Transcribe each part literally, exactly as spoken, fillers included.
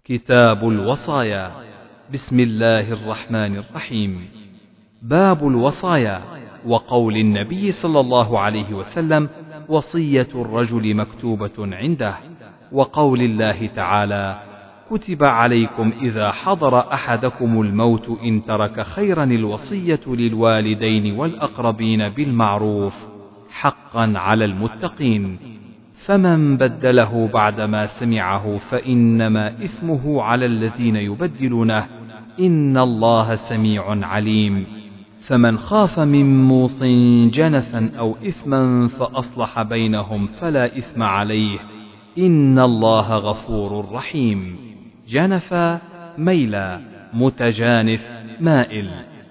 كتاب الوصايا. بسم الله الرحمن الرحيم. باب الوصايا. وقول النبي صلى الله عليه وسلم: وصية الرجل مكتوبة عنده. وقول الله تعالى: كتب عليكم إذا حضر أحدكم الموت إن ترك خيرا الوصية للوالدين والأقربين بالمعروف حقا على المتقين، فمن بدله بعدما سمعه فإنما إثمه على الذين يبدلونه، إن الله سميع عليم. فمن خاف من موص جنفا أو إثما فأصلح بينهم فلا إثم عليه، إن الله غفور رحيم. جنفا ميلا، متجانف مائل.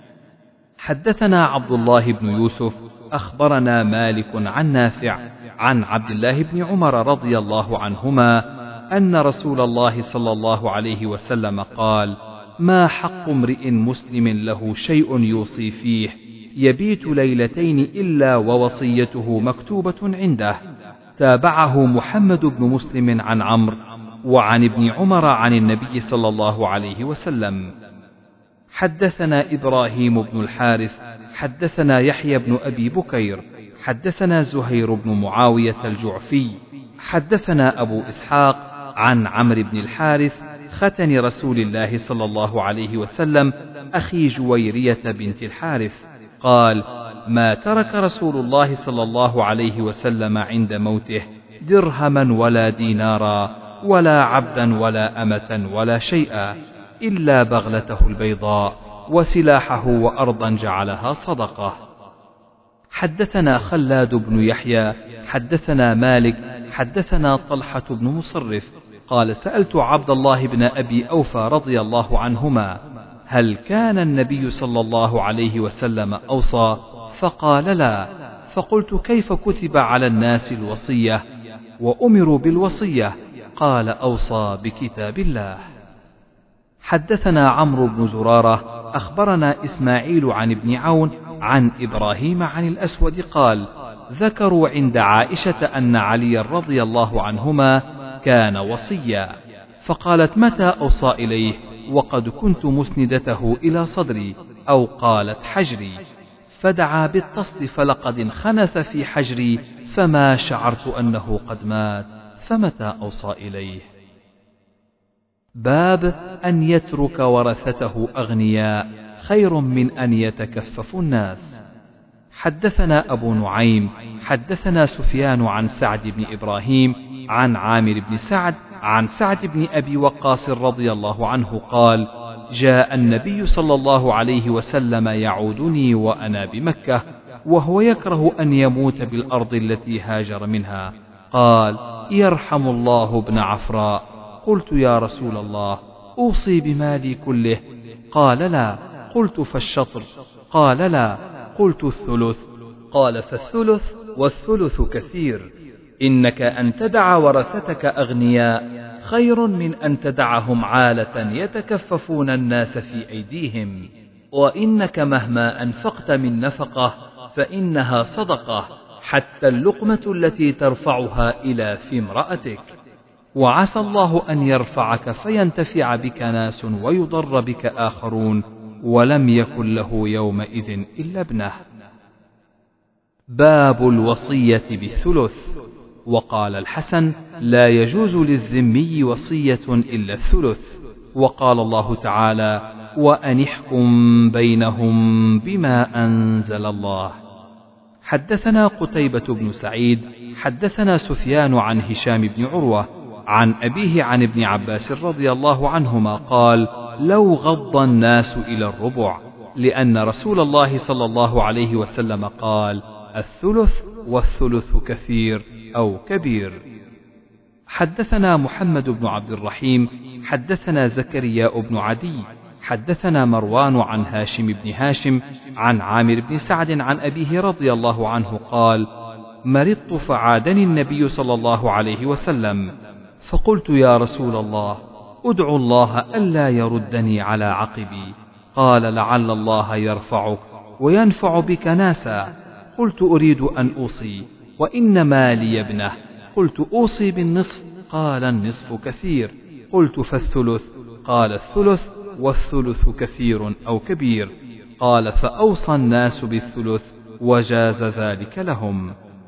حدثنا عبد الله بن يوسف أخبرنا مالك عن نافع عن عبد الله بن عمر رضي الله عنهما أن رسول الله صلى الله عليه وسلم قال: ما حق امرئ مسلم له شيء يوصي فيه يبيت ليلتين إلا ووصيته مكتوبة عنده. تابعه محمد بن مسلم عن عمرو وعن ابن عمر عن النبي صلى الله عليه وسلم. حدثنا إبراهيم بن الحارث حدثنا يحيى بن أبي بكير حدثنا زهير بن معاوية الجعفي حدثنا أبو إسحاق عن عمرو بن الحارث ختن رسول الله صلى الله عليه وسلم أخي جويرية بنت الحارث قال: ما ترك رسول الله صلى الله عليه وسلم عند موته درهما ولا دينارا ولا عبدا ولا أمة ولا شيئا إلا بغلته البيضاء وسلاحه وأرضا جعلها صدقة. حدثنا خلاد بن يحيى حدثنا مالك حدثنا طلحة بن مصرف قال: سألت عبد الله بن أبي أوفى رضي الله عنهما: هل كان النبي صلى الله عليه وسلم أوصى؟ فقال: لا. فقلت: كيف كتب على الناس الوصية وأمروا بالوصية؟ قال: أوصى بكتاب الله. حدثنا عمرو بن زرارة أخبرنا إسماعيل عن ابن عون عن إبراهيم عن الأسود قال: ذكروا عند عائشة أن علي رضي الله عنهما كان وصيا، فقالت: متى أوصى إليه وقد كنت مسندته إلى صدري، أو قالت حجري، فدعا بالتصل فلقد انخنث في حجري فما شعرت أنه قد مات، فمتى أوصى إليه. باب أن يترك ورثته أغنياء خير من أن يتكفف الناس. حدثنا أبو نعيم حدثنا سفيان عن سعد بن إبراهيم عن عامر بن سعد عن سعد بن أبي وقاص رضي الله عنه قال: جاء النبي صلى الله عليه وسلم يعودني وأنا بمكة وهو يكره أن يموت بالأرض التي هاجر منها، قال: يرحم الله ابن عفراء. قلت: يا رسول الله، أوصي بمالي كله؟ قال: لا. قلت: فالشطر؟ قال: لا. قلت: الثلث؟ قال: فالثلث والثلث كثير. إنك أن تدع ورثتك أغنياء خير من أن تدعهم عالة يتكففون الناس في أيديهم، وإنك مهما أنفقت من نفقة فإنها صدقة، حتى اللقمة التي ترفعها إلى في امرأتك، وعسى الله أن يرفعك فينتفع بك ناس ويضر بك آخرون، ولم يكن له يومئذ إلا ابنه. باب الوصية بالثلث. وقال الحسن: لا يجوز للذمي وصية إلا الثلث. وقال الله تعالى: وأنحكم بينهم بما أنزل الله. حدثنا قتيبة بن سعيد حدثنا سفيان عن هشام بن عروة عن أبيه عن ابن عباس رضي الله عنهما قال: لو غض الناس إلى الربع، لأن رسول الله صلى الله عليه وسلم قال: الثلث والثلث كثير أو كبير. حدثنا محمد بن عبد الرحيم حدثنا زكريا بن عدي حدثنا مروان عن هاشم بن هاشم عن عامر بن سعد عن أبيه رضي الله عنه قال: مرضت فعادني النبي صلى الله عليه وسلم، فقلت: يا رسول الله، أدعو الله ألا يردني على عقبي. قال: لعل الله يرفعك وينفع بك ناسا. قلت: أريد أن أوصي، وإن مالي ابنه. قلت: أوصي بالنصف. قال: النصف كثير. قلت فالثلث؟ قال الثلث، والثلث كثير أو كبير. قال فأوصى الناس بالثلث وجاز ذلك لهم.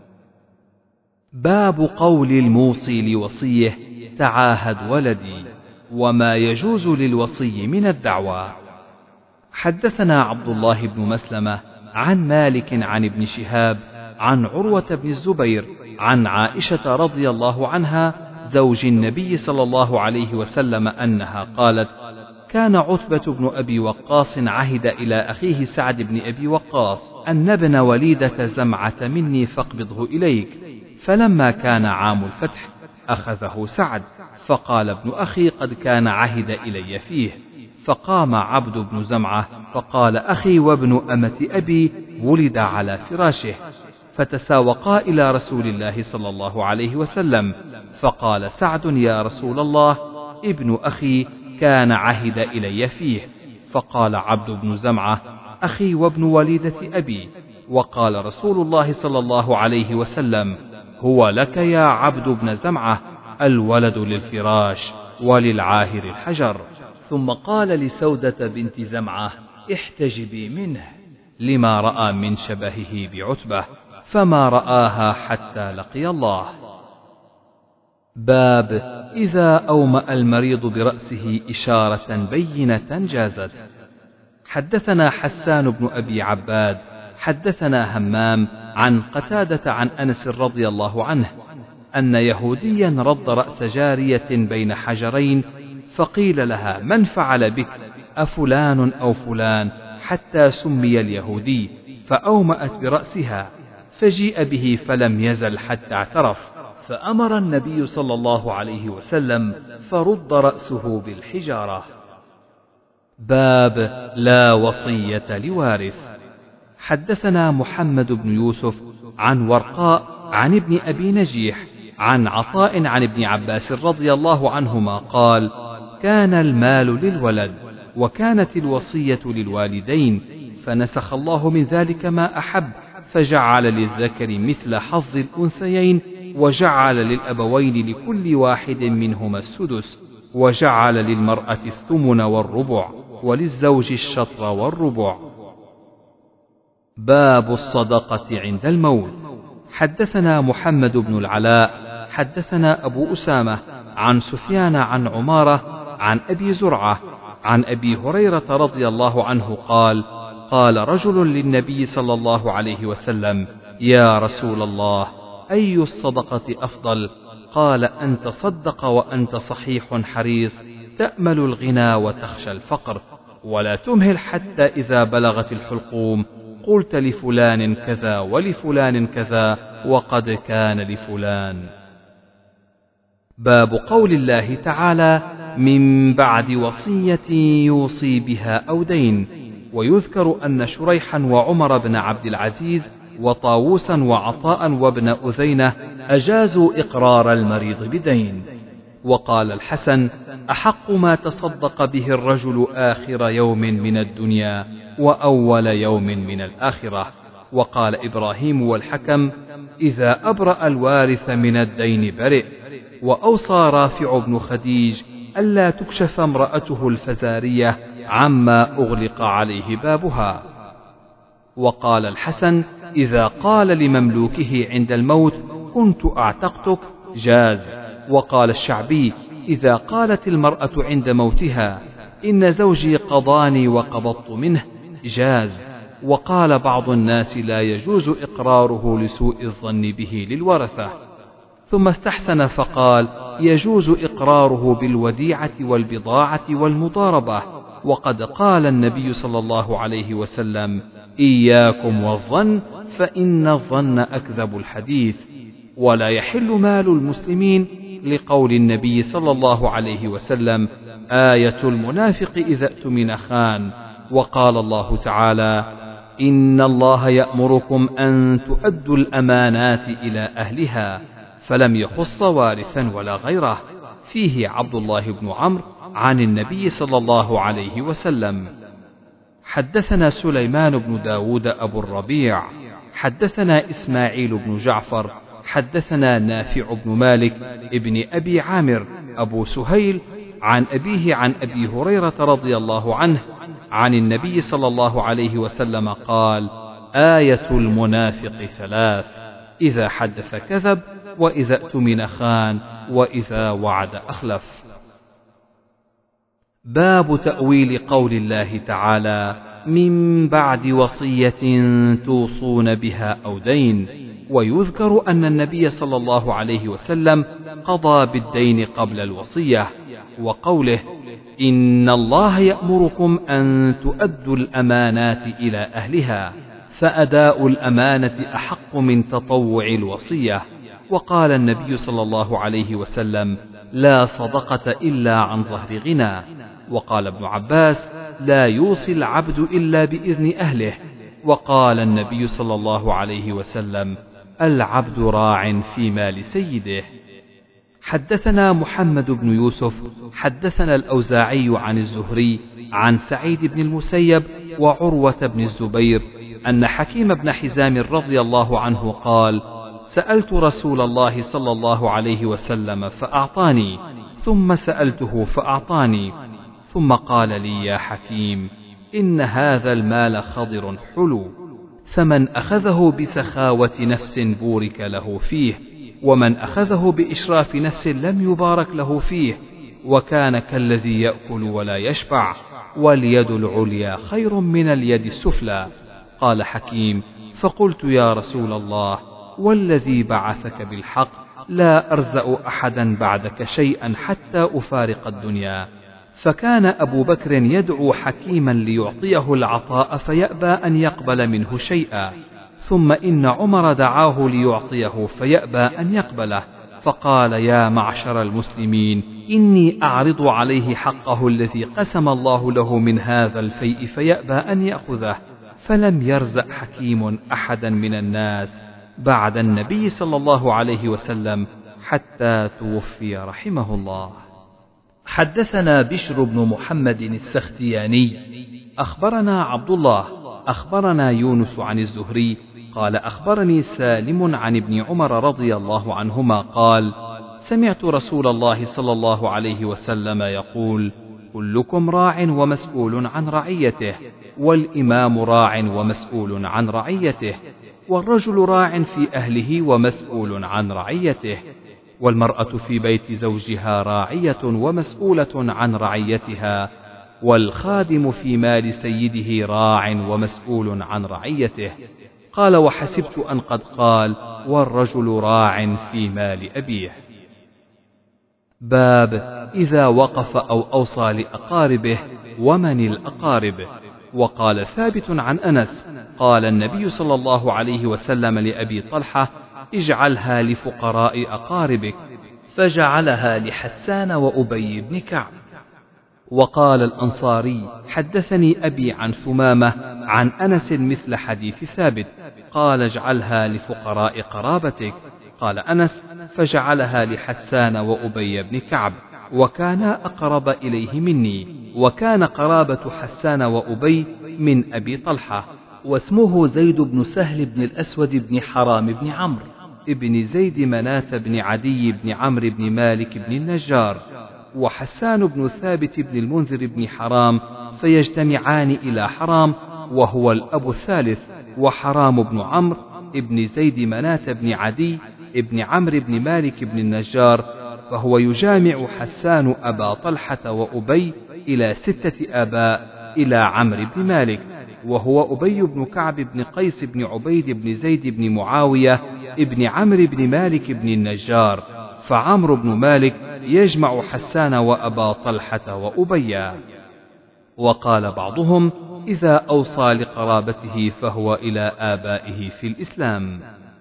باب قول الموصي لوصيه تعاهد ولدي، وما يجوز للوصي من الدعوى. حدثنا عبد الله بن مسلمة عن مالك عن ابن شهاب عن عروة بن الزبير عن عائشة رضي الله عنها زوج النبي صلى الله عليه وسلم أنها قالت: كان عتبة بن أبي وقاص عهد إلى أخيه سعد بن أبي وقاص أن ابن وليدة زمعة مني فاقبضه إليك، فلما كان عام الفتح أخذه سعد، فقال ابن أخي قد كان عهد إلي فيه، فقام عبد بن زمعة فقال: أخي وابن أمة أبي ولد على فراشه، فتساوقا إلى رسول الله صلى الله عليه وسلم، فقال سعد: يا رسول الله، ابن أخي كان عهد إلي فيه. فقال عبد بن زمعة: أخي وابن وليدة أبي. وقال رسول الله صلى الله عليه وسلم: هو لك يا عبد بن زمعة، الولد للفراش وللعاهر الحجر. ثم قال لسودة بنت زمعة: احتجبي منه، لما رأى من شبهه بعتبة، فما رآها حتى لقي الله. باب إذا أومأ المريض برأسه إشارة بينة جازت. حدثنا حسان بن أبي عباد حدثنا همام عن قتادة عن أنس رضي الله عنه أن يهوديا رد رأس جارية بين حجرين، فقيل لها: من فعل بك، أفلان أو فلان؟ حتى سمي اليهودي، فأومأت برأسها، فجيء به فلم يزل حتى اعترف، فأمر النبي صلى الله عليه وسلم فرد رأسه بالحجارة. باب لا وصية لوارث. حدثنا محمد بن يوسف عن ورقاء عن ابن أبي نجيح عن عطاء عن ابن عباس رضي الله عنهما قال: كان المال للولد، وكانت الوصية للوالدين، فنسخ الله من ذلك ما أحب، فجعل للذكر مثل حظ الأنثيين، وجعل للأبوين لكل واحد منهما السدس، وجعل للمرأة الثمن والربع، وللزوج الشطر والربع. باب الصدقة عند الموت. حدثنا محمد بن العلاء حدثنا أبو أسامة عن سفيان عن عمارة عن أبي زرعة عن أبي هريرة رضي الله عنه قال: قال رجل للنبي صلى الله عليه وسلم: يا رسول الله، أي الصدقة أفضل؟ قال: أن تصدق وأنت صحيح حريص، تأمل الغنى وتخشى الفقر، ولا تمهل حتى إذا بلغت الحلقوم قلت لفلان كذا ولفلان كذا وقد كان لفلان. باب قول الله تعالى: من بعد وصية يوصي بها أو دين. ويذكر أن شريحا وعمر بن عبد العزيز وطاووسا وعطاء وابن أذينة أجازوا إقرار المريض بدين. وقال الحسن: أحق ما تصدق به الرجل آخر يوم من الدنيا وأول يوم من الآخرة. وقال إبراهيم والحكم: إذا أبرأ الوارث من الدين برئ. وأوصى رافع بن خديج ألا تكشف امرأته الفزارية عما أغلق عليه بابها. وقال الحسن: إذا قال لمملوكه عند الموت كنت أعتقتك جاز. وقال الشعبي: إذا قالت المرأة عند موتها إن زوجي قضاني وقبضت منه جاز. وقال بعض الناس: لا يجوز إقراره لسوء الظن به للورثة. ثم استحسن فقال: يجوز إقراره بالوديعة والبضاعة والمضاربة. وقد قال النبي صلى الله عليه وسلم: إياكم والظن، فإن الظن أكذب الحديث. ولا يحل مال المسلمين، لقول النبي صلى الله عليه وسلم: آية المنافق إذا اؤتمن خان. وقال الله تعالى: إن الله يأمركم أن تؤدوا الأمانات إلى أهلها، فلم يخص وارثا ولا غيره. فيه عبد الله بن عمرو عن النبي صلى الله عليه وسلم. حدثنا سليمان بن داود أبو الربيع حدثنا إسماعيل بن جعفر حدثنا نافع بن مالك ابن أبي عامر أبو سهيل عن أبيه عن أبي هريرة رضي الله عنه عن النبي صلى الله عليه وسلم قال: آية المنافق ثلاث: إذا حدث كذب، وإذا اؤتمن خان، وإذا وعد أخلف. باب تأويل قول الله تعالى: من بعد وصية توصون بها أو دين. ويذكر أن النبي صلى الله عليه وسلم قضى بالدين قبل الوصية، وقوله: إن الله يأمركم أن تؤدوا الأمانات إلى أهلها، فأداء الأمانة أحق من تطوع الوصية. وقال النبي صلى الله عليه وسلم: لا صدقة إلا عن ظهر غنى. وقال ابن عباس: لا يوصي العبد إلا بإذن أهله. وقال النبي صلى الله عليه وسلم: العبد راع في مال سيده. حدثنا محمد بن يوسف حدثنا الأوزاعي عن الزهري عن سعيد بن المسيب وعروة بن الزبير أن حكيم بن حزام رضي الله عنه قال: سألت رسول الله صلى الله عليه وسلم فأعطاني، ثم سألته فأعطاني، ثم قال لي: يا حكيم، إن هذا المال خضر حلو، فمن أخذه بسخاوة نفس بورك له فيه، ومن أخذه بإشراف نفس لم يبارك له فيه، وكان كالذي يأكل ولا يشبع، واليد العليا خير من اليد السفلى. قال حكيم: فقلت: يا رسول الله، والذي بعثك بالحق لا أرزأ أحدا بعدك شيئا حتى أفارق الدنيا. فكان أبو بكر يدعو حكيما ليعطيه العطاء فيأبى أن يقبل منه شيئا، ثم إن عمر دعاه ليعطيه فيأبى أن يقبله، فقال: يا معشر المسلمين، إني أعرض عليه حقه الذي قسم الله له من هذا الفيء فيأبى أن يأخذه. فلم يرزق حكيم أحدا من الناس بعد النبي صلى الله عليه وسلم حتى توفي رحمه الله. حدثنا بشر بن محمد السختياني أخبرنا عبد الله أخبرنا يونس عن الزهري قال: أخبرني سالم عن ابن عمر رضي الله عنهما قال: سمعت رسول الله صلى الله عليه وسلم يقول: كلكم راع ومسؤول عن رعيته، والإمام راع ومسؤول عن رعيته، والرجل راع في أهله ومسؤول عن رعيته، والمرأة في بيت زوجها راعية ومسؤولة عن رعيتها، والخادم في مال سيده راع ومسؤول عن رعيته. قال: وحسبت أن قد قال: والرجل راع في مال أبيه. باب إذا وقف أو أوصى لأقاربه ومن الأقارب. وقال ثابت عن أنس قال النبي صلى الله عليه وسلم لأبي طلحة: اجعلها لفقراء أقاربك، فجعلها لحسان وأبي بن كعب. وقال الأنصاري: حدثني أبي عن ثمامة عن أنس مثل حديث ثابت، قال: اجعلها لفقراء قرابتك. قال أنس: فجعلها لحسان وأبي بن كعب، وكانا أقرب إليه مني، وكان قرابة حسان وأبي من أبي طلحة، واسمه زيد بن سهل بن الأسود بن حرام بن عمرو ابن زيد مناة بن عدي بن عمرو بن مالك بن النجار، وحسان بن ثابت بن المنذر بن حرام، فيجتمعان إلى حرام وهو الأب الثالث، وحرام بن عمرو ابن زيد مناة بن عدي ابن عمرو بن مالك بن النجار، فهو يجامع حسان أبا طلحة وأبي إلى ستة آباء إلى عمرو بن مالك، وهو أبي بن كعب بن قيس بن عبيد بن زيد بن معاوية ابن عمرو بن مالك بن النجار، فعمرو بن مالك يجمع حسان وأبا طلحة وأبيا. وقال بعضهم: إذا أوصى لقرابته فهو إلى آبائه في الإسلام.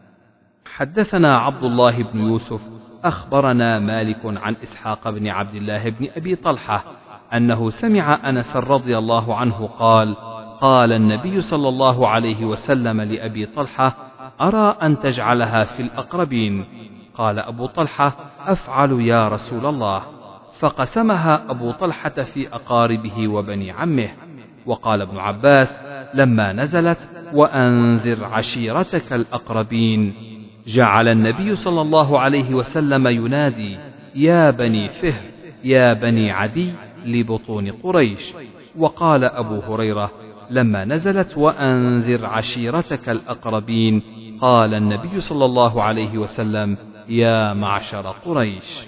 حدثنا عبد الله بن يوسف أخبرنا مالك عن إسحاق بن عبد الله بن أبي طلحة أنه سمع أنس رضي الله عنه قال: قال النبي صلى الله عليه وسلم لأبي طلحة: أرى أن تجعلها في الأقربين. قال أبو طلحة: أفعل يا رسول الله. فقسمها أبو طلحة في أقاربه وبني عمه. وقال ابن عباس: لما نزلت وأنذر عشيرتك الأقربين، جعل النبي صلى الله عليه وسلم ينادي: يا بني فهر، يا بني عدي لبطون قريش. وقال أبو هريرة لما نزلت وأنذر عشيرتك الأقربين قال النبي صلى الله عليه وسلم يا معشر قريش.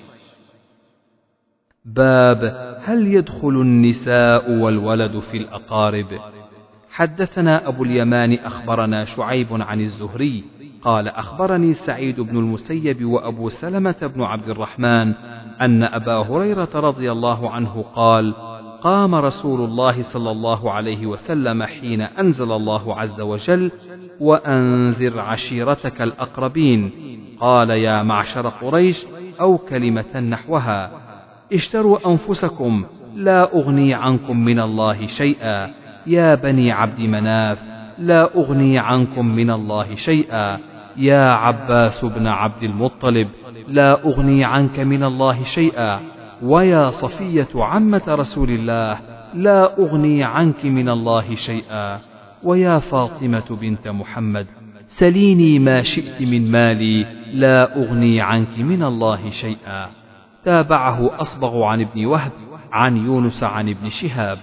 باب هل يدخل النساء والولد في الأقارب؟ حدثنا أبو اليمان أخبرنا شعيب عن الزهري قال أخبرني سعيد بن المسيب وأبو سلمة بن عبد الرحمن أن أبا هريرة رضي الله عنه قال قام رسول الله صلى الله عليه وسلم حين أنزل الله عز وجل وأنذر عشيرتك الأقربين قال يا معشر قريش أو كلمة نحوها اشتروا أنفسكم لا أغني عنكم من الله شيئا يا بني عبد مناف لا أغني عنكم من الله شيئا يا عباس بن عبد المطلب لا أغني عنك من الله شيئا ويا صفية عمة رسول الله لا أغني عنك من الله شيئا ويا فاطمة بنت محمد سليني ما شئت من مالي لا أغني عنك من الله شيئا. تابعه أصبغ عن ابن وهب عن يونس عن ابن شهاب.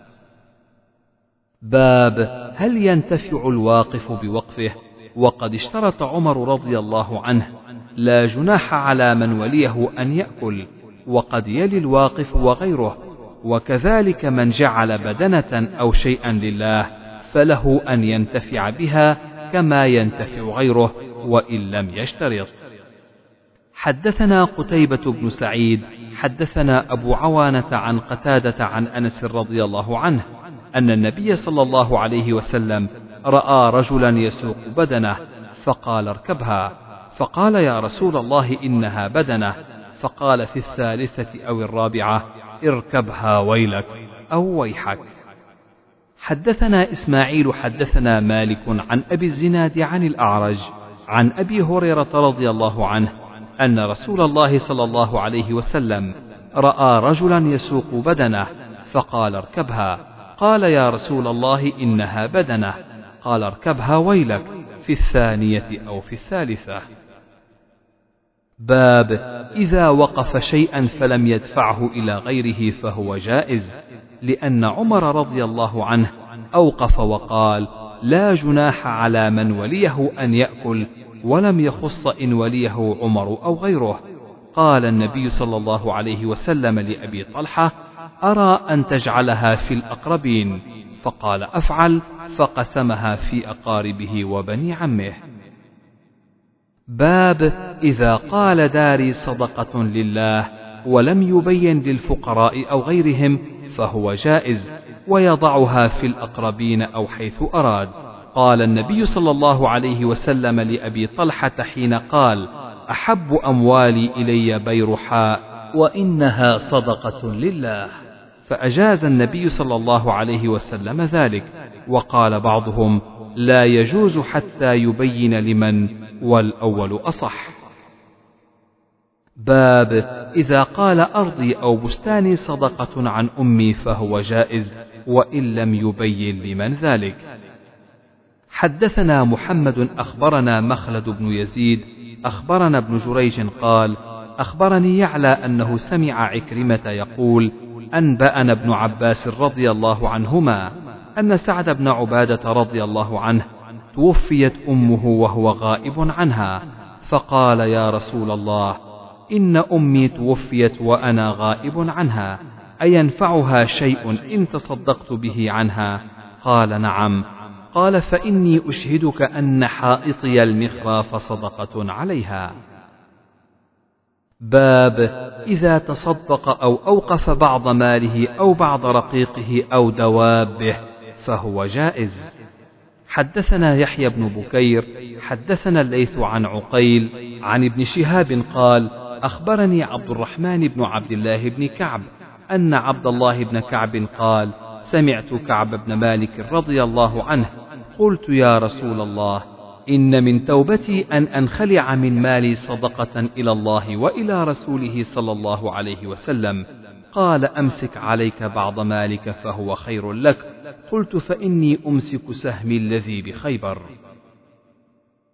باب هل ينتفع الواقف بوقفه؟ وقد اشترط عمر رضي الله عنه لا جناح على من وليه أن يأكل، وقد يلي الواقف وغيره، وكذلك من جعل بدنة أو شيئا لله فله أن ينتفع بها كما ينتفع غيره وإن لم يشترط. حدثنا قتيبة بن سعيد حدثنا أبو عوانة عن قتادة عن أنس رضي الله عنه أن النبي صلى الله عليه وسلم رأى رجلا يسوق بدنه فقال اركبها، فقال يا رسول الله إنها بدنه، فقال في الثالثة أو الرابعة اركبها ويلك أو ويحك. حدثنا إسماعيل حدثنا مالك عن أبي الزناد عن الأعرج عن أبي هريرة رضي الله عنه أن رسول الله صلى الله عليه وسلم رأى رجلا يسوق بدنه فقال اركبها، قال يا رسول الله إنها بدنه، قال اركبها ويلك في الثانية أو في الثالثة. باب إذا وقف شيئا فلم يدفعه إلى غيره فهو جائز، لأن عمر رضي الله عنه أوقف وقال لا جناح على من وليه أن يأكل، ولم يخص إن وليه عمر أو غيره. قال النبي صلى الله عليه وسلم لأبي طلحة أرى أن تجعلها في الأقربين، فقال أفعل، فقسمها في أقاربه وبني عمه. باب إذا قال داري صدقة لله ولم يبين للفقراء أو غيرهم فهو جائز، ويضعها في الأقربين أو حيث أراد. قال النبي صلى الله عليه وسلم لأبي طلحة حين قال أحب أموالي إلي بيرحاء وإنها صدقة لله، فأجاز النبي صلى الله عليه وسلم ذلك. وقال بعضهم لا يجوز حتى يبين لمن، والأول أصح. باب إذا قال أرضي أو بستاني صدقة عن أمي فهو جائز وإن لم يبين لمن ذلك. حدثنا محمد أخبرنا مخلد بن يزيد أخبرنا ابن جريج قال أخبرني يعلى أنه سمع عكرمة يقول أنبأنا ابن عباس رضي الله عنهما أن سعد بن عبادة رضي الله عنه توفيت أمه وهو غائب عنها، فقال يا رسول الله إن أمي توفيت وأنا غائب عنها، أينفعها شيء إن تصدقت به عنها؟ قال نعم. قال فإني أشهدك أن حائطي المخراف صدقة عليها. باب إذا تصدق أو أوقف بعض ماله أو بعض رقيقه أو دوابه فهو جائز. حدثنا يحيى بن بكير حدثنا الليث عن عقيل عن ابن شهاب قال أخبرني عبد الرحمن بن عبد الله بن كعب أن عبد الله بن كعب قال سمعت كعب بن مالك رضي الله عنه قلت يا رسول الله إن من توبتي أن أنخلع من مالي صدقة إلى الله وإلى رسوله صلى الله عليه وسلم. قال أمسك عليك بعض مالك فهو خير لك. قلت فإني أمسك سهمي الذي بخيبر.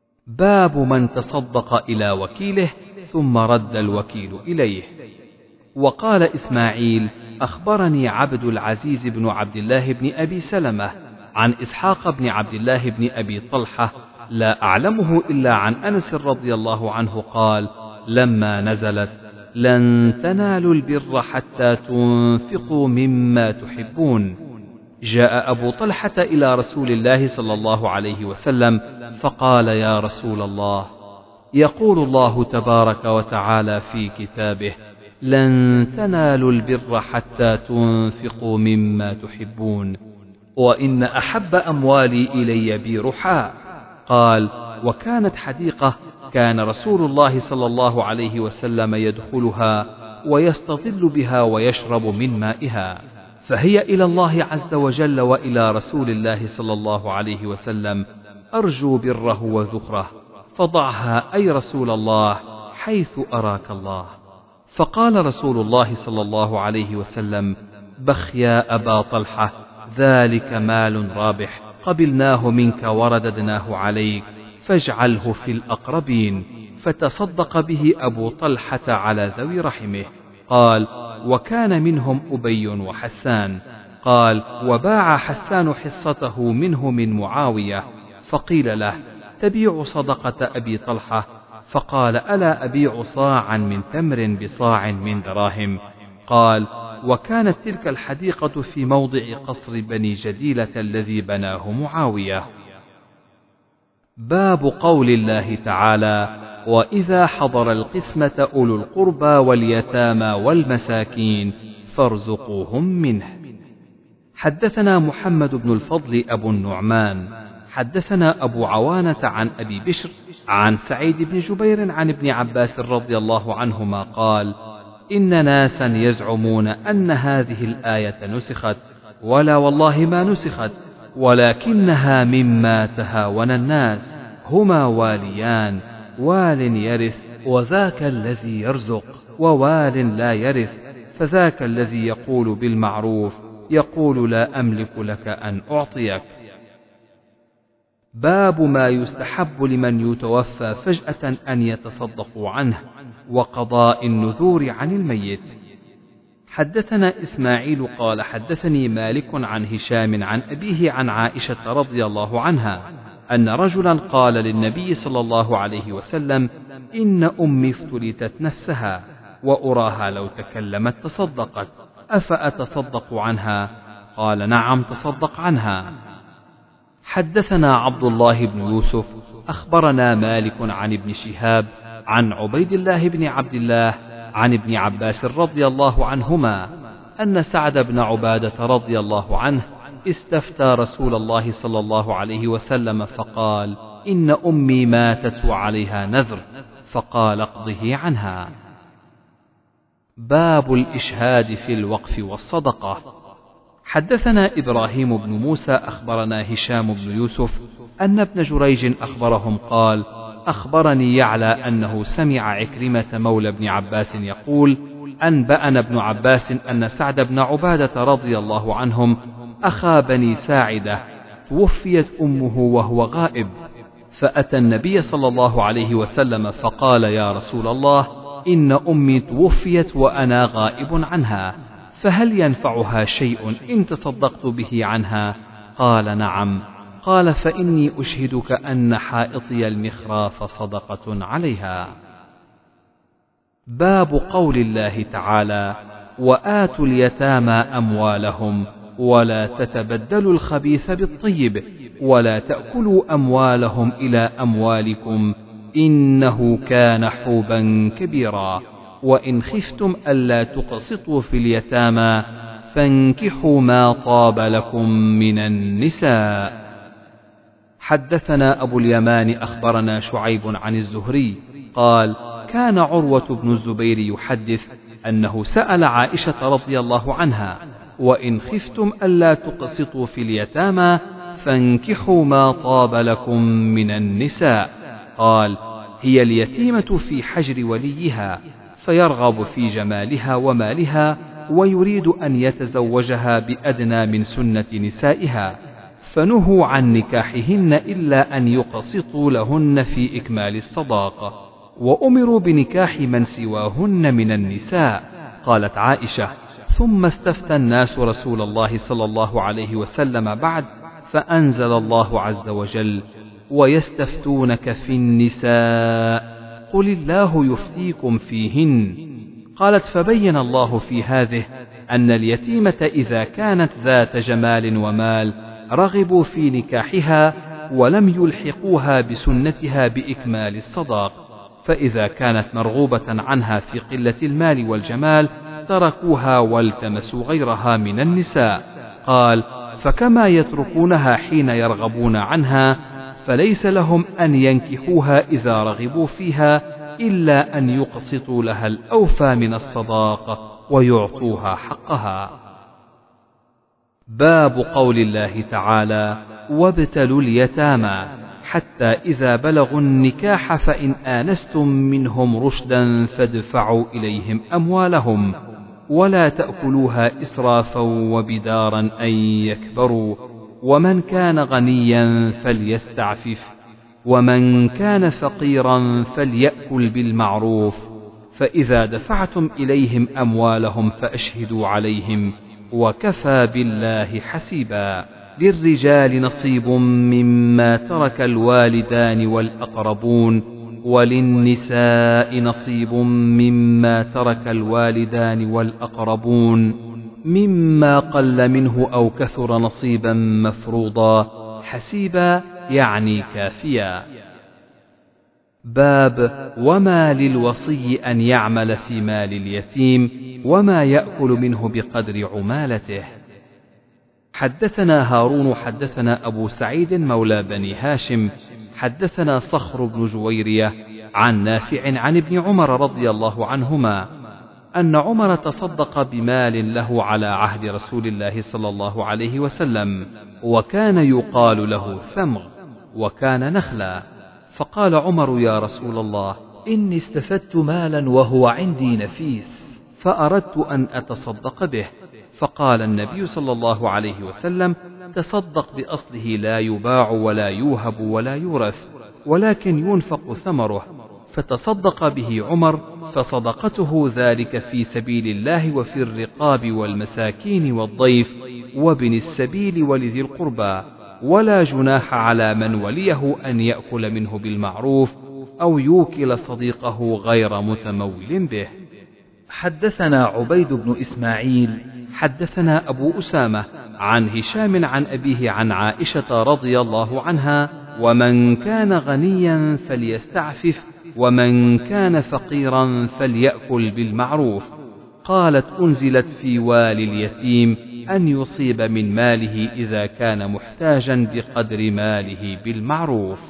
باب من تصدق إلى وكيله ثم رد الوكيل إليه. وقال إسماعيل أخبرني عبد العزيز بن عبد الله بن أبي سلمة عن إسحاق بن عبد الله بن أبي طلحة لا أعلمه إلا عن أنس رضي الله عنه قال لما نزلت لن تنالوا البر حتى تنفقوا مما تحبون جاء أبو طلحة إلى رسول الله صلى الله عليه وسلم فقال يا رسول الله يقول الله تبارك وتعالى في كتابه لن تنالوا البر حتى تنفقوا مما تحبون وإن أحب أموالي إلي بيرحاء قال وكانت حديقة كان رسول الله صلى الله عليه وسلم يدخلها ويستظل بها ويشرب من مائها فهي إلى الله عز وجل وإلى رسول الله صلى الله عليه وسلم أرجو بره وذخره فضعها أي رسول الله حيث أراك الله. فقال رسول الله صلى الله عليه وسلم بخ يا أبا طلحة ذلك مال رابح قبلناه منك ورددناه عليك فاجعله في الأقربين. فتصدق به أبو طلحة على ذوي رحمه. قال وكان منهم أبي وحسان. قال وباع حسان حصته منه من معاوية فقيل له تبيع صدقة أبي طلحة؟ فقال ألا أبيع صاعا من تمر بصاع من دراهم؟ قال وكانت تلك الحديقة في موضع قصر بني جديلة الذي بناه معاوية. باب قول الله تعالى وإذا حضر القسمة أولو القربى واليتامى والمساكين فارزقوهم منه. حدثنا محمد بن الفضل أبو النعمان حدثنا أبو عوانة عن أبي بشر عن سعيد بن جبير عن ابن عباس رضي الله عنهما قال إن ناسا يزعمون أن هذه الآية نسخت ولا والله ما نسخت ولكنها مما تهاون الناس هما واليان وال يرث وذاك الذي يرزق ووال لا يرث فذاك الذي يقول بالمعروف يقول لا أملك لك أن أعطيك. باب ما يستحب لمن يتوفى فجأة أن يتصدقوا عنه وقضاء النذور عن الميت. حدثنا إسماعيل قال حدثني مالك عن هشام عن أبيه عن عائشة رضي الله عنها أن رجلا قال للنبي صلى الله عليه وسلم إن أمي افتلتت نفسها وأراها لو تكلمت تصدقت أفأتصدق عنها؟ قال نعم تصدق عنها. حدثنا عبد الله بن يوسف أخبرنا مالك عن ابن شهاب عن عبيد الله بن عبد الله عن ابن عباس رضي الله عنهما أن سعد بن عبادة رضي الله عنه استفتى رسول الله صلى الله عليه وسلم فقال إن أمي ماتت وعليها نذر فقال اقضه عنها. باب الإشهاد في الوقف والصدقة. حدثنا إبراهيم بن موسى أخبرنا هشام بن يوسف أن ابن جريج أخبرهم قال أخبرني يعلى أنه سمع عكرمة مولى ابن عباس يقول أنبأنا ابن عباس أن سعد بن عبادة رضي الله عنهم أخا بني ساعدة توفيت أمه وهو غائب فأتى النبي صلى الله عليه وسلم فقال يا رسول الله إن أمي توفيت وأنا غائب عنها فهل ينفعها شيء إن تصدقت به عنها؟ قال نعم. قال فإني أشهدك أن حائطي المخراف صدقة عليها. باب قول الله تعالى وآتوا اليتامى أموالهم ولا تتبدلوا الخبيث بالطيب ولا تأكلوا أموالهم إلى أموالكم إنه كان حوبا كبيرا وإن خفتم ألا تقسطوا في اليتامى فانكحوا ما طاب لكم من النساء. حدثنا أبو اليمان أخبرنا شعيب عن الزهري قال كان عروة بن الزبير يحدث أنه سأل عائشة رضي الله عنها وإن خفتم ألا تقسطوا في اليتامى فانكحوا ما طاب لكم من النساء. قال هي اليتيمة في حجر وليها فيرغب في جمالها ومالها ويريد أن يتزوجها بأدنى من سنة نسائها فنهوا عن نكاحهن إلا أن يقسطوا لهن في إكمال الصداقة وأمروا بنكاح من سواهن من النساء قالت عائشة: ثم استفتى الناس رسول الله صلى الله عليه وسلم بعد، فأنزل الله عز وجل: ويستفتونك في النساء قل الله يفتيكم فيهن. قالت: فبين الله في هذه أن اليتيمة إذا كانت ذات جمال ومال رغبوا في نكاحها ولم يلحقوها بسنتها بإكمال الصداق، فإذا كانت مرغوبة عنها في قلة المال والجمال تركوها والتمسوا غيرها من النساء. قال: فكما يتركونها حين يرغبون عنها، فليس لهم أن ينكحوها إذا رغبوا فيها إلا أن يقسطوا لها الأوفى من الصداق ويعطوها حقها. باب قول الله تعالى: وابتلوا اليتامى حتى إذا بلغوا النكاح فإن آنستم منهم رشدا فادفعوا إليهم أموالهم ولا تأكلوها إسرافا وبدارا أن يكبروا، ومن كان غنيا فليستعفف ومن كان فقيرا فليأكل بالمعروف، فإذا دفعتم إليهم أموالهم فأشهدوا عليهم وكفى بالله حسيبا. للرجال نصيب مما ترك الوالدان والأقربون وللنساء نصيب مما ترك الوالدان والأقربون مما قل منه أو كثر نصيبا مفروضا حسيبا يعني كافيا. باب وما للوصي أن يعمل في مال اليتيم وما يأكل منه بقدر عمالته. حدثنا هارون حدثنا أبو سعيد مولى بني هاشم حدثنا صخر بن جويرية عن نافع عن ابن عمر رضي الله عنهما أن عمر تصدق بمال له على عهد رسول الله صلى الله عليه وسلم، وكان يقال له ثمغ وكان نخلا، فقال عمر: يا رسول الله، إني استفدت مالا وهو عندي نفيس فأردت أن أتصدق به، فقال النبي صلى الله عليه وسلم: تصدق بأصله لا يباع ولا يوهب ولا يورث ولكن ينفق ثمره، فتصدق به عمر، فصدقته ذلك في سبيل الله وفي الرقاب والمساكين والضيف وابن السبيل ولذي القربى، ولا جناح على من وليه أن يأكل منه بالمعروف أو يوكل صديقه غير متمول به. حدثنا عبيد بن إسماعيل حدثنا أبو أسامة عن هشام عن أبيه عن عائشة رضي الله عنها: ومن كان غنيا فليستعفف ومن كان فقيرا فليأكل بالمعروف. قالت: أنزلت في والي اليتيم أن يصيب من ماله إذا كان محتاجا بقدر ماله بالمعروف.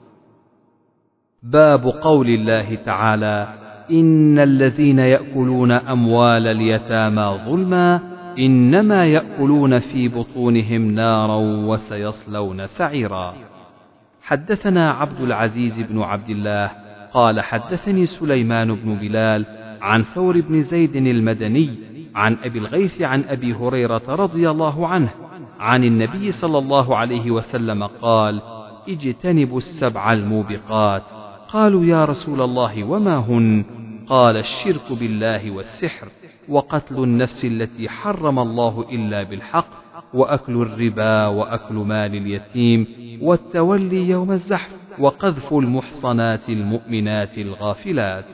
باب قول الله تعالى: إن الذين يأكلون أموال اليتامى ظلما إنما يأكلون في بطونهم نارا وسيصلون سعيرا. حدثنا عبد العزيز بن عبد الله قال حدثني سليمان بن بلال عن ثور بن زيد المدني عن أبي الغيث عن أبي هريرة رضي الله عنه عن النبي صلى الله عليه وسلم قال: اجتنبوا السبع الموبقات. قالوا: يا رسول الله وما هن؟ قال: الشرك بالله والسحر وقتل النفس التي حرم الله إلا بالحق وأكل الربا وأكل مال اليتيم والتولي يوم الزحف وقذف المحصنات المؤمنات الغافلات.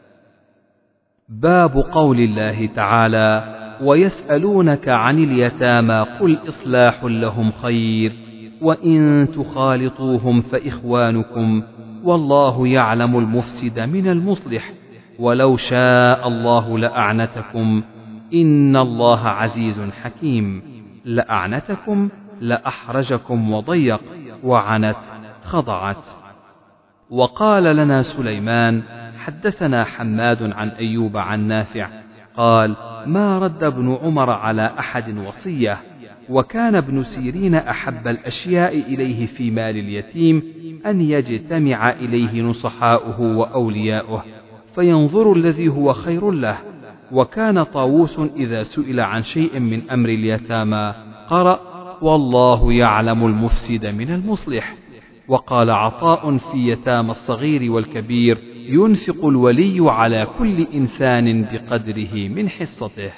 باب قول الله تعالى: ويسألونك عن اليتامى قل إصلاح لهم خير وإن تخالطوهم فإخوانكم والله يعلم المفسد من المصلح ولو شاء الله لأعنتكم إن الله عزيز حكيم. لأعنتكم لأحرجكم وضيق، وعنت خضعت. وقال لنا سليمان حدثنا حماد عن أيوب عن نافع قال: ما رد ابن عمر على أحد وصية، وكان ابن سيرين أحب الأشياء إليه في مال اليتيم أن يجتمع إليه نصحاؤه وأولياؤه فينظر الذي هو خير له. وكان طاووس إذا سئل عن شيء من أمر اليتامى قرأ: والله يعلم المفسد من المصلح. وقال عطاء في يتامى الصغير والكبير: ينفق الولي على كل إنسان بقدره من حصته.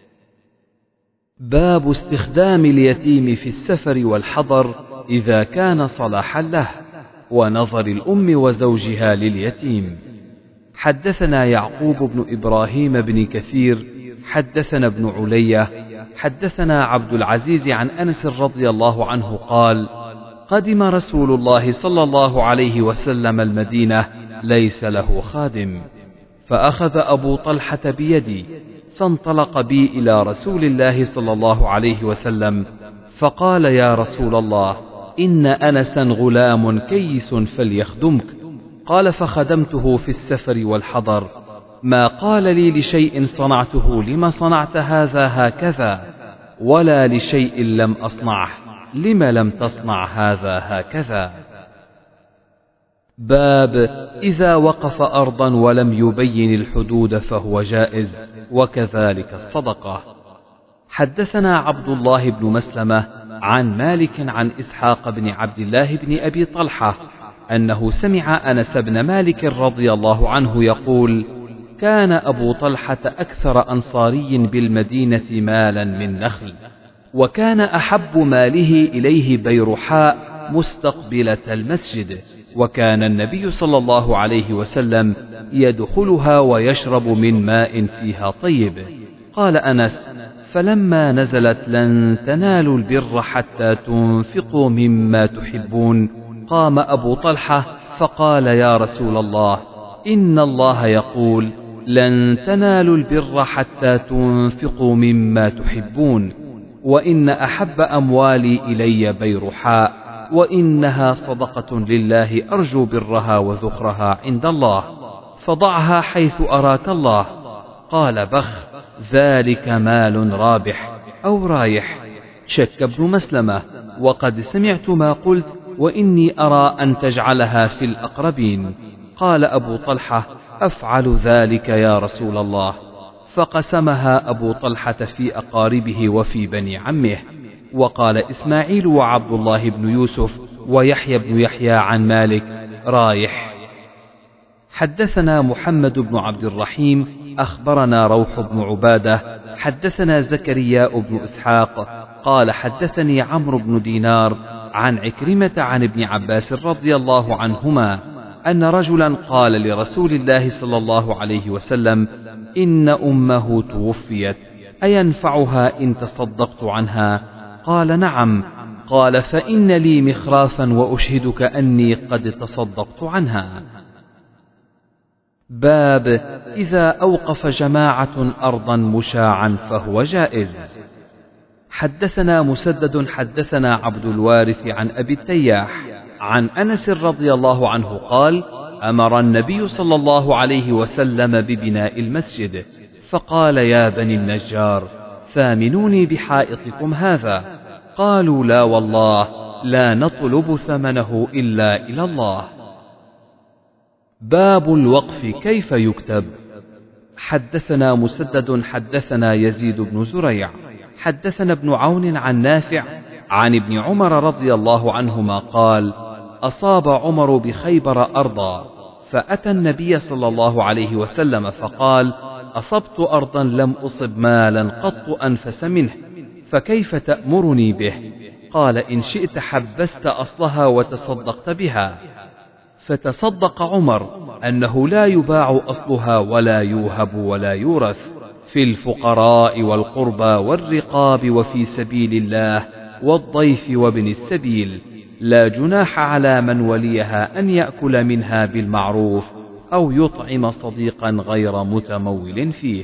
باب استخدام اليتيم في السفر والحضر إذا كان صلاحا له، ونظر الأم وزوجها لليتيم. حدثنا يعقوب بن إبراهيم بن كثير حدثنا ابن علية حدثنا عبد العزيز عن أنس رضي الله عنه قال: قدم رسول الله صلى الله عليه وسلم المدينة ليس له خادم، فأخذ أبو طلحة بيدي فانطلق بي إلى رسول الله صلى الله عليه وسلم فقال: يا رسول الله، إن أنسا غلام كيس فليخدمك. قال: فخدمته في السفر والحضر، ما قال لي لشيء صنعته لم صنعت هذا هكذا، ولا لشيء لم أصنعه لم لم تصنع هذا هكذا. باب إذا وقف أرضا ولم يبين الحدود فهو جائز، وكذلك الصدقة. حدثنا عبد الله بن مسلمة عن مالك عن إسحاق بن عبد الله بن أبي طلحة أنه سمع أنس بن مالك رضي الله عنه يقول: كان أبو طلحة أكثر أنصاري بالمدينة مالا من نخل، وكان أحب ماله إليه بيرحاء مستقبلة المسجد، وكان النبي صلى الله عليه وسلم يدخلها ويشرب من ماء فيها طيب. قال أنس: فلما نزلت لن تنالوا البر حتى تنفقوا مما تحبون، قام أبو طلحة فقال: يا رسول الله، إن الله يقول: لن تنالوا البر حتى تنفقوا مما تحبون، وإن أحب أموالي إلي بيرحاء، وإنها صدقة لله أرجو برها وذخرها عند الله، فضعها حيث أراك الله. قال: بخ، ذلك مال رابح أو رايح. شك ابن مسلمة: وقد سمعت ما قلت، وإني أرى أن تجعلها في الأقربين. قال أبو طلحة: أفعل ذلك يا رسول الله. فقسمها أبو طلحة في أقاربه وفي بني عمه. وقال إسماعيل وعبد الله بن يوسف ويحيى بن يحيى عن مالك: رايح. حدثنا محمد بن عبد الرحيم أخبرنا روح بن عبادة حدثنا زكريا بن إسحاق قال: حدثني عمرو بن دينار عن عكرمة عن ابن عباس رضي الله عنهما أن رجلا قال لرسول الله صلى الله عليه وسلم: إن أمه توفيت، أينفعها إن تصدقت عنها؟ قال: نعم. قال: فإن لي مخرافا وأشهدك أني قد تصدقت عنها. باب إذا أوقف جماعة أرضا مشاعا فهو جائز. حدثنا مسدد حدثنا عبد الوارث عن أبي التياح عن أنس رضي الله عنه قال: أمر النبي صلى الله عليه وسلم ببناء المسجد، فقال: يا بني النجار، ثامنوني بحائطكم هذا. قالوا: لا والله، لا نطلب ثمنه إلا إلى الله. باب الوقف كيف يكتب. حدثنا مسدد حدثنا يزيد بن زريع حدثنا ابن عون عن نافع عن ابن عمر رضي الله عنهما قال: أصاب عمر بخيبر أرضا، فأتى النبي صلى الله عليه وسلم فقال: أصبت أرضا لم أصب مالا قط أنفس منه، فكيف تأمرني به؟ قال: إن شئت حبست أصلها وتصدقت بها. فتصدق عمر أنه لا يباع أصلها ولا يوهب ولا يورث، في الفقراء والقربى والرقاب وفي سبيل الله والضيف وابن السبيل، لا جناح على من وليها أن يأكل منها بالمعروف أو يطعم صديقا غير متمول فيه.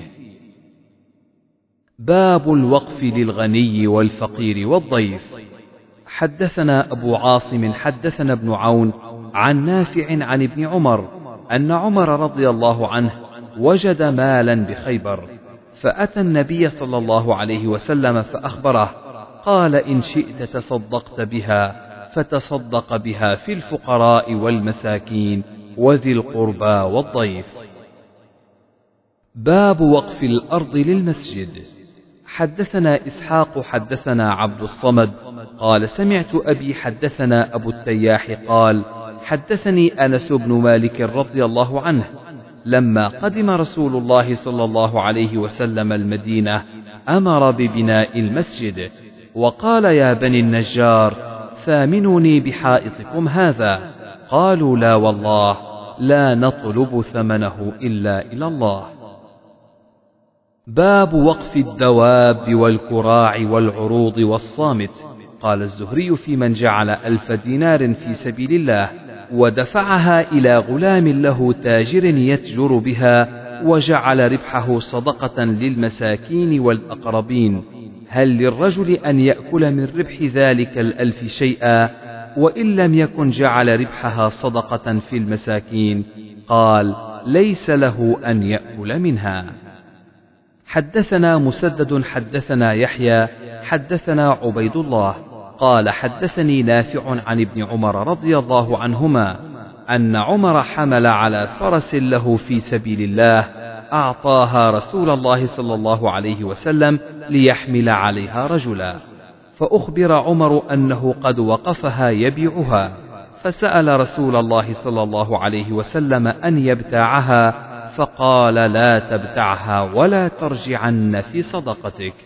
باب الوقف للغني والفقير والضيف. حدثنا أبو عاصم حدثنا ابن عون عن نافع عن ابن عمر أن عمر رضي الله عنه وجد مالا بخيبر، فأتى النبي صلى الله عليه وسلم فأخبره، قال: إن شئت تصدقت بها، فتصدق بها في الفقراء والمساكين وذي القربى والضيف. باب وقف الأرض للمسجد. حدثنا إسحاق حدثنا عبد الصمد قال: سمعت أبي حدثنا أبو التياح قال: حدثني أنس بن مالك رضي الله عنه لما قدم رسول الله صلى الله عليه وسلم المدينة أمر ببناء المسجد، وقال: يا بني النجار، ثامنوني بحائطكم هذا. قالوا: لا والله، لا نطلب ثمنه إلا إلى الله. باب وقف الدواب والكراع والعروض والصامت. قال الزهري في من جعل ألف دينار في سبيل الله ودفعها إلى غلام له تاجر يتجر بها وجعل ربحه صدقة للمساكين والأقربين، هل للرجل أن يأكل من ربح ذلك الألف شيئا؟ وإن لم يكن جعل ربحها صدقة في المساكين؟ قال: ليس له أن يأكل منها. حدثنا مسدد حدثنا يحيى حدثنا عبيد الله قال: حدثني نافع عن ابن عمر رضي الله عنهما أن عمر حمل على فرس له في سبيل الله، أعطاها رسول الله صلى الله عليه وسلم ليحمل عليها رجلا، فأخبر عمر أنه قد وقفها يبيعها، فسأل رسول الله صلى الله عليه وسلم أن يبتاعها، فقال: لا تبتعها ولا ترجعن في صدقتك.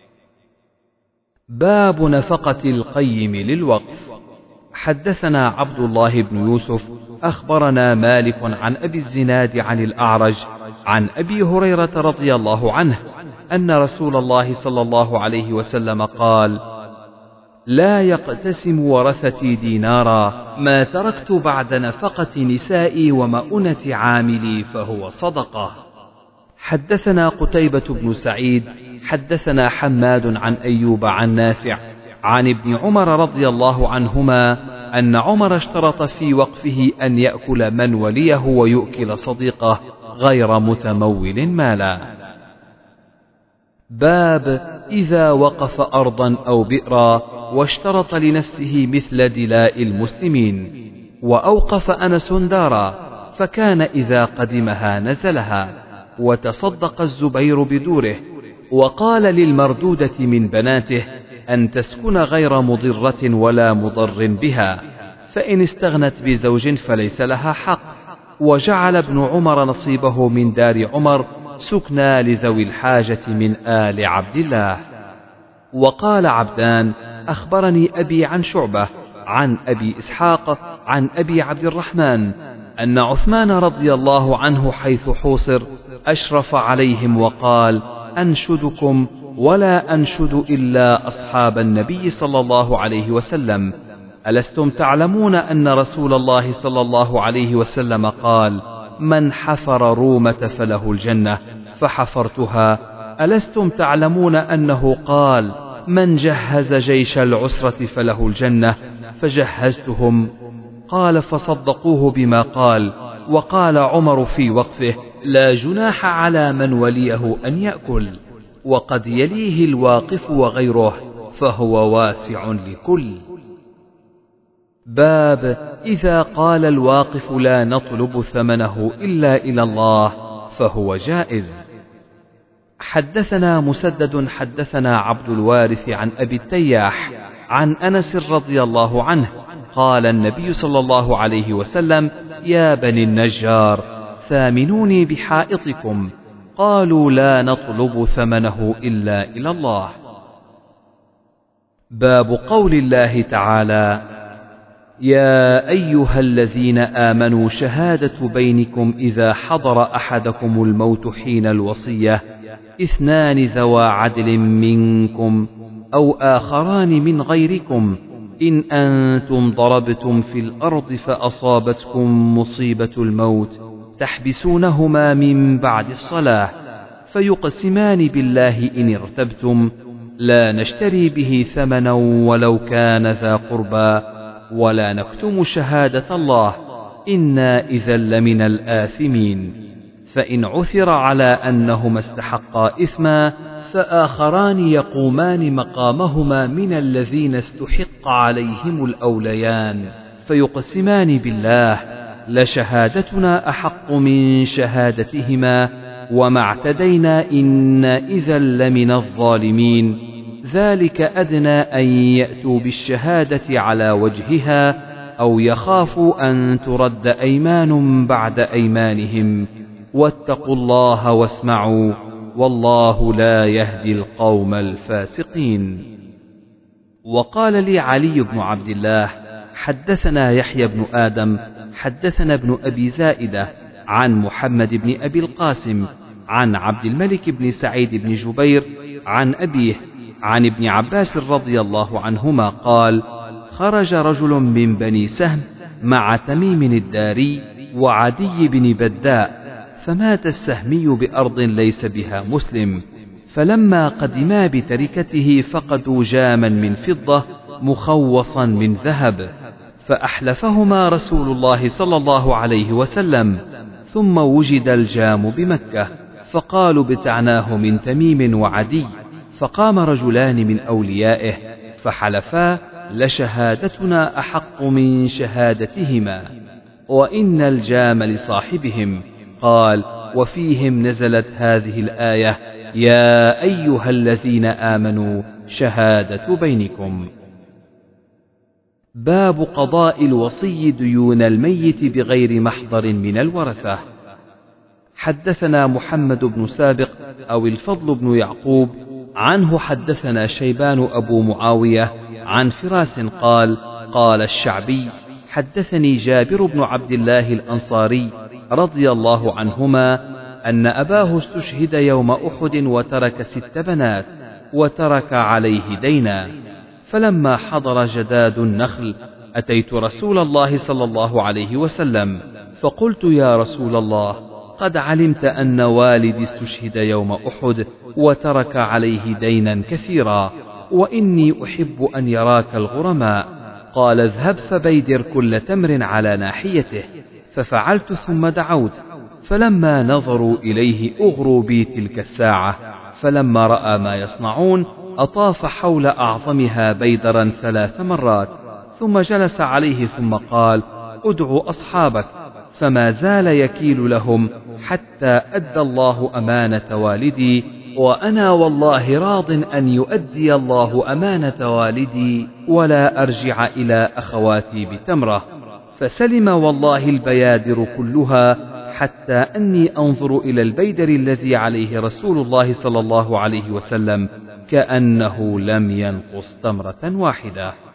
باب نفقة القيم للوقف. حدثنا عبد الله بن يوسف أخبرنا مالك عن أبي الزناد عن الأعرج عن أبي هريرة رضي الله عنه أن رسول الله صلى الله عليه وسلم قال: لا يقتسم ورثتي دينارا ما تركت بعد نفقة نسائي ومؤنة عاملي فهو صدقة. حدثنا قتيبة بن سعيد حدثنا حماد عن أيوب عن نافع عن ابن عمر رضي الله عنهما أن عمر اشترط في وقفه أن يأكل من وليه ويؤكل صديقه غير متمول مالا. باب إذا وقف أرضا أو بئرا واشترط لنفسه مثل دلاء المسلمين، وأوقف أنس دارا فكان إذا قدمها نزلها، وتصدق الزبير بدوره، وقال للمردودة من بناته أن تسكن غير مضرة ولا مضر بها، فإن استغنت بزوج فليس لها حق، وجعل ابن عمر نصيبه من دار عمر سكنى لذوي الحاجة من آل عبد الله. وقال عبدان: أخبرني أبي عن شعبة عن أبي إسحاق عن أبي عبد الرحمن أن عثمان رضي الله عنه حيث حوصر أشرف عليهم وقال: أنشدكم ولا أنشد إلا أصحاب النبي صلى الله عليه وسلم، ألستم تعلمون أن رسول الله صلى الله عليه وسلم قال: من حفر رومة فله الجنة، فحفرتها. ألستم تعلمون أنه قال: من جهز جيش العسرة فله الجنة، فجهزتهم. قال: فصدقوه بما قال. وقال عمر في وقفه: لا جناح على من وليه أن يأكل، وقد يليه الواقف وغيره، فهو واسع لكل. باب إذا قال الواقف: لا نطلب ثمنه إلا إلى الله، فهو جائز. حدثنا مسدد حدثنا عبد الوارث عن أبي التياح عن أنس رضي الله عنه قال: النبي صلى الله عليه وسلم: يا بني النجار، ثامنوني بحائطكم. قالوا: لا نطلب ثمنه إلا إلى الله. باب قول الله تعالى: يا أيها الذين آمنوا شهادة بينكم إذا حضر أحدكم الموت حين الوصية اثنان ذوا عدل منكم أو آخران من غيركم إن أنتم ضربتم في الأرض فأصابتكم مصيبة الموت تحبسونهما من بعد الصلاة فيقسمان بالله إن ارتبتم لا نشتري به ثمنا ولو كان ذا قربى ولا نكتم شهادة الله إنا إذا لمن الآثمين. فإن عثر على أنهما استحقا إثما فآخران يقومان مقامهما من الذين استحق عليهم الأوليان فيقسمان بالله لشهادتنا أحق من شهادتهما وما اعتدينا إنا إذا لمن الظالمين. ذلك أدنى أن يأتوا بالشهادة على وجهها أو يخافوا أن ترد أيمان بعد أيمانهم، واتقوا الله واسمعوا، والله لا يهدي القوم الفاسقين. وقال لي علي بن عبد الله: حدثنا يحيى بن آدم حدثنا ابن أبي زائدة عن محمد بن أبي القاسم عن عبد الملك بن سعيد بن جبير عن أبيه عن ابن عباس رضي الله عنهما قال: خرج رجل من بني سهم مع تميم الداري وعدي بن بداء، فمات السهمي بأرض ليس بها مسلم، فلما قدما بتركته فقدوا جاما من فضة مخوصا من ذهب، فأحلفهما رسول الله صلى الله عليه وسلم، ثم وجد الجام بمكة، فقالوا بتعناه من تميم وعدي، فقام رجلان من أوليائه فحلفا: لشهادتنا أحق من شهادتهما، وإن الجام لصاحبهم. قال: وفيهم نزلت هذه الآية: يا أيها الذين آمنوا شهادة بينكم. باب قضاء الوصي ديون الميت بغير محضر من الورثة. حدثنا محمد بن سابق أو الفضل بن يعقوب عنه حدثنا شيبان أبو معاوية عن فراس قال: قال الشعبي: حدثني جابر بن عبد الله الأنصاري رضي الله عنهما أن أباه استشهد يوم أحد وترك ست بنات وترك عليه دينا، فلما حضر جداد النخل أتيت رسول الله صلى الله عليه وسلم فقلت: يا رسول الله، قد علمت أن والدي استشهد يوم أحد وترك عليه دينا كثيرا، وإني أحب أن يراك الغرماء. قال: اذهب فبيدر كل تمر على ناحيته. ففعلت ثم دعوت، فلما نظروا إليه أغروا بي تلك الساعة، فلما رأى ما يصنعون أطاف حول أعظمها بيدرا ثلاث مرات، ثم جلس عليه ثم قال: ادعوا أصحابك، فما زال يكيل لهم حتى أدى الله أمانة والدي، وأنا والله راض أن يؤدي الله أمانة والدي ولا أرجع إلى أخواتي بتمرة. فسلم والله البيادر كلها، حتى أني أنظر إلى البيدر الذي عليه رسول الله صلى الله عليه وسلم كأنه لم ينقص تمرة واحدة.